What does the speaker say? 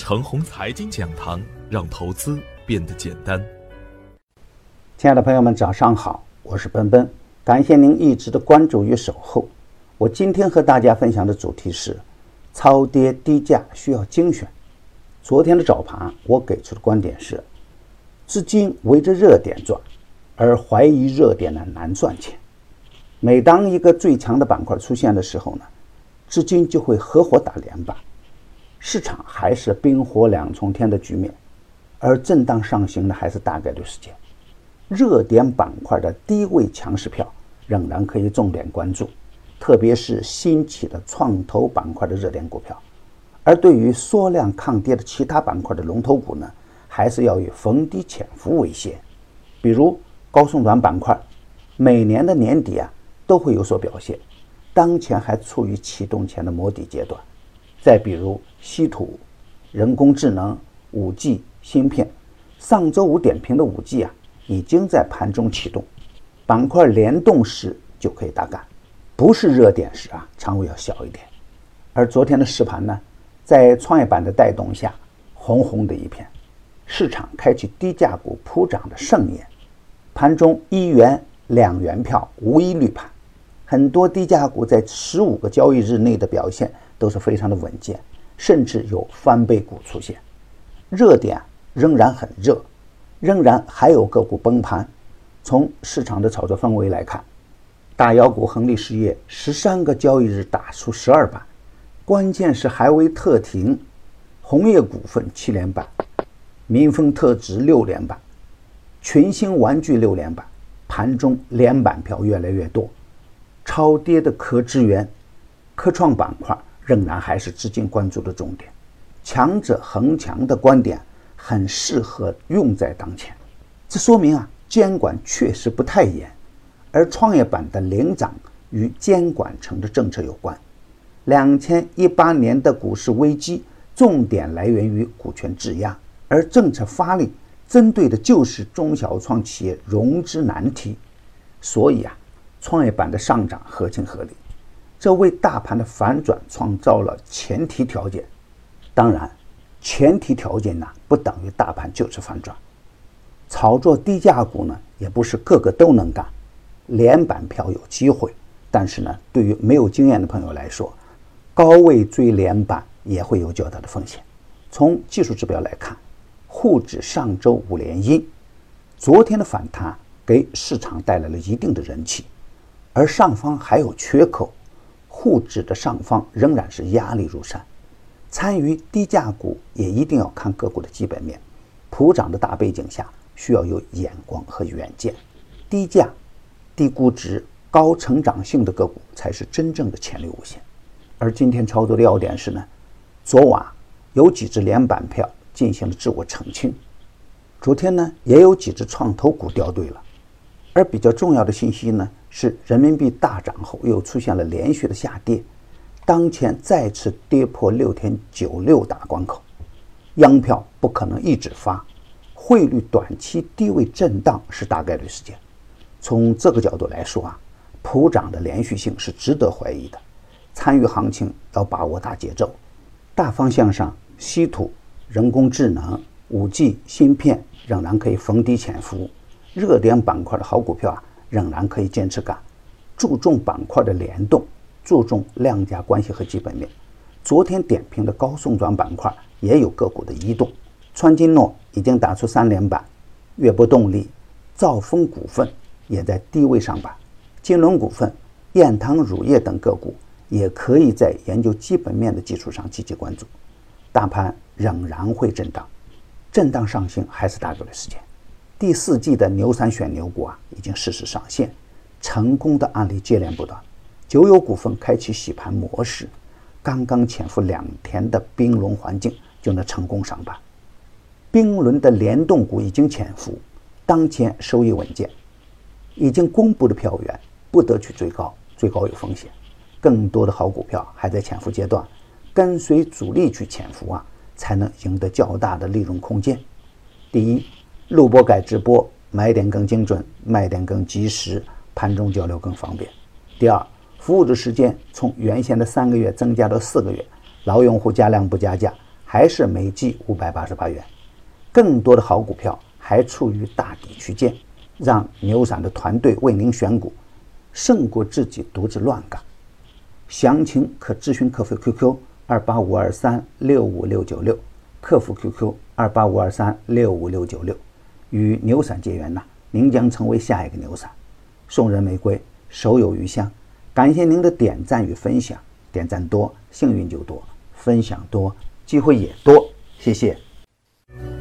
程红财经讲堂，让投资变得简单。 亲爱的朋友们，早上好，我是奔奔，感谢您一直的关注与守候。我今天和大家分享的主题是超跌低价需要精选。昨天的早盘我给出的观点是，资金围着热点转，而怀疑热点呢难赚钱。每当一个最强的板块出现的时候呢，资金就会合伙打连板，市场还是冰火两重天的局面，而震荡上行的还是大概率事件。热点板块的低位强势票仍然可以重点关注，特别是新起的创投板块的热点股票。而对于缩量抗跌的其他板块的龙头股呢，还是要以逢低潜伏为先。比如高送转板块，每年的年底都会有所表现，当前还处于启动前的摸底阶段。再比如稀土、人工智能、5G、芯片，上周五点评的5G已经在盘中启动，板块联动时就可以大干，不是热点时仓位要小一点。而昨天的实盘呢，在创业板的带动下，红红的一片，市场开启低价股普涨的盛宴，盘中1元、2元票无一绿盘。很多低价股在15个交易日内的表现都是非常的稳健，甚至有翻倍股出现。热点仍然很热，仍然还有个股崩盘。从市场的炒作氛围来看，大妖股恒力实业13个交易日打出12板，关键是还未特停。红叶股份7连板，民丰特指6连板，群星玩具6连板，盘中连板票越来越多。超跌的科智源、科创板块仍然还是资金关注的重点，强者恒强的观点很适合用在当前。这说明监管确实不太严，而创业板的领涨与监管层的政策有关。2018年的股市危机重点来源于股权质押，而政策发力针对的就是中小创企业融资难题，所以创业板的上涨合情合理，这为大盘的反转创造了前提条件。当然，前提条件不等于大盘就是反转。炒作低价股呢，也不是个个都能干，连板票有机会，但是呢，对于没有经验的朋友来说，高位追连板也会有较大的风险。从技术指标来看，沪指上周5连阴，昨天的反弹给市场带来了一定的人气，而上方还有缺口，沪指的上方仍然是压力如山。参与低价股也一定要看个股的基本面，普涨的大背景下需要有眼光和远见，低价、低估值、高成长性的个股才是真正的潜力无限。而今天操作的要点是呢，昨晚有几只连板票进行了自我澄清，昨天呢也有几只创投股掉队了。而比较重要的信息呢，是人民币大涨后又出现了连续的下跌，当前再次跌破6.96大关口，央票不可能一直发，汇率短期低位震荡是大概率事件。从这个角度来说普涨的连续性是值得怀疑的，参与行情要把握大节奏。大方向上，稀土、人工智能、5G、芯片仍然可以逢低潜伏，热点板块的好股票仍然可以坚持干，注重板块的联动，注重量价关系和基本面。昨天点评的高送转板块也有个股的移动，川金诺已经打出3连板，粤波动力、兆丰股份也在低位上板，金轮股份、燕堂乳业等个股也可以在研究基本面的基础上积极关注。大盘仍然会震荡，震荡上行还是大概率事件。第4季的牛三选牛股已经适时上线，成功的案例接连不断。九友股份开启洗盘模式，刚刚潜伏2天的冰轮环境就能成功上板。冰轮的联动股已经潜伏，当前收益稳健，已经公布的票源不得去追高，追高有风险。更多的好股票还在潜伏阶段，跟随主力去潜伏才能赢得较大的利润空间。第一，录播改直播，买点更精准，卖点更及时，盘中交流更方便。第二，服务的时间从原先的3个月增加到4个月，老用户加量不加价， 还是每季588元。更多的好股票还处于大底区间，让牛散的团队为您选股，胜过自己独自乱干。详情可咨询客服 QQ 28523-65696，客服 QQ 28523-65696。与牛散结缘您将成为下一个牛散。送人玫瑰，手有余香。感谢您的点赞与分享，点赞多幸运就多，分享多机会也多，谢谢。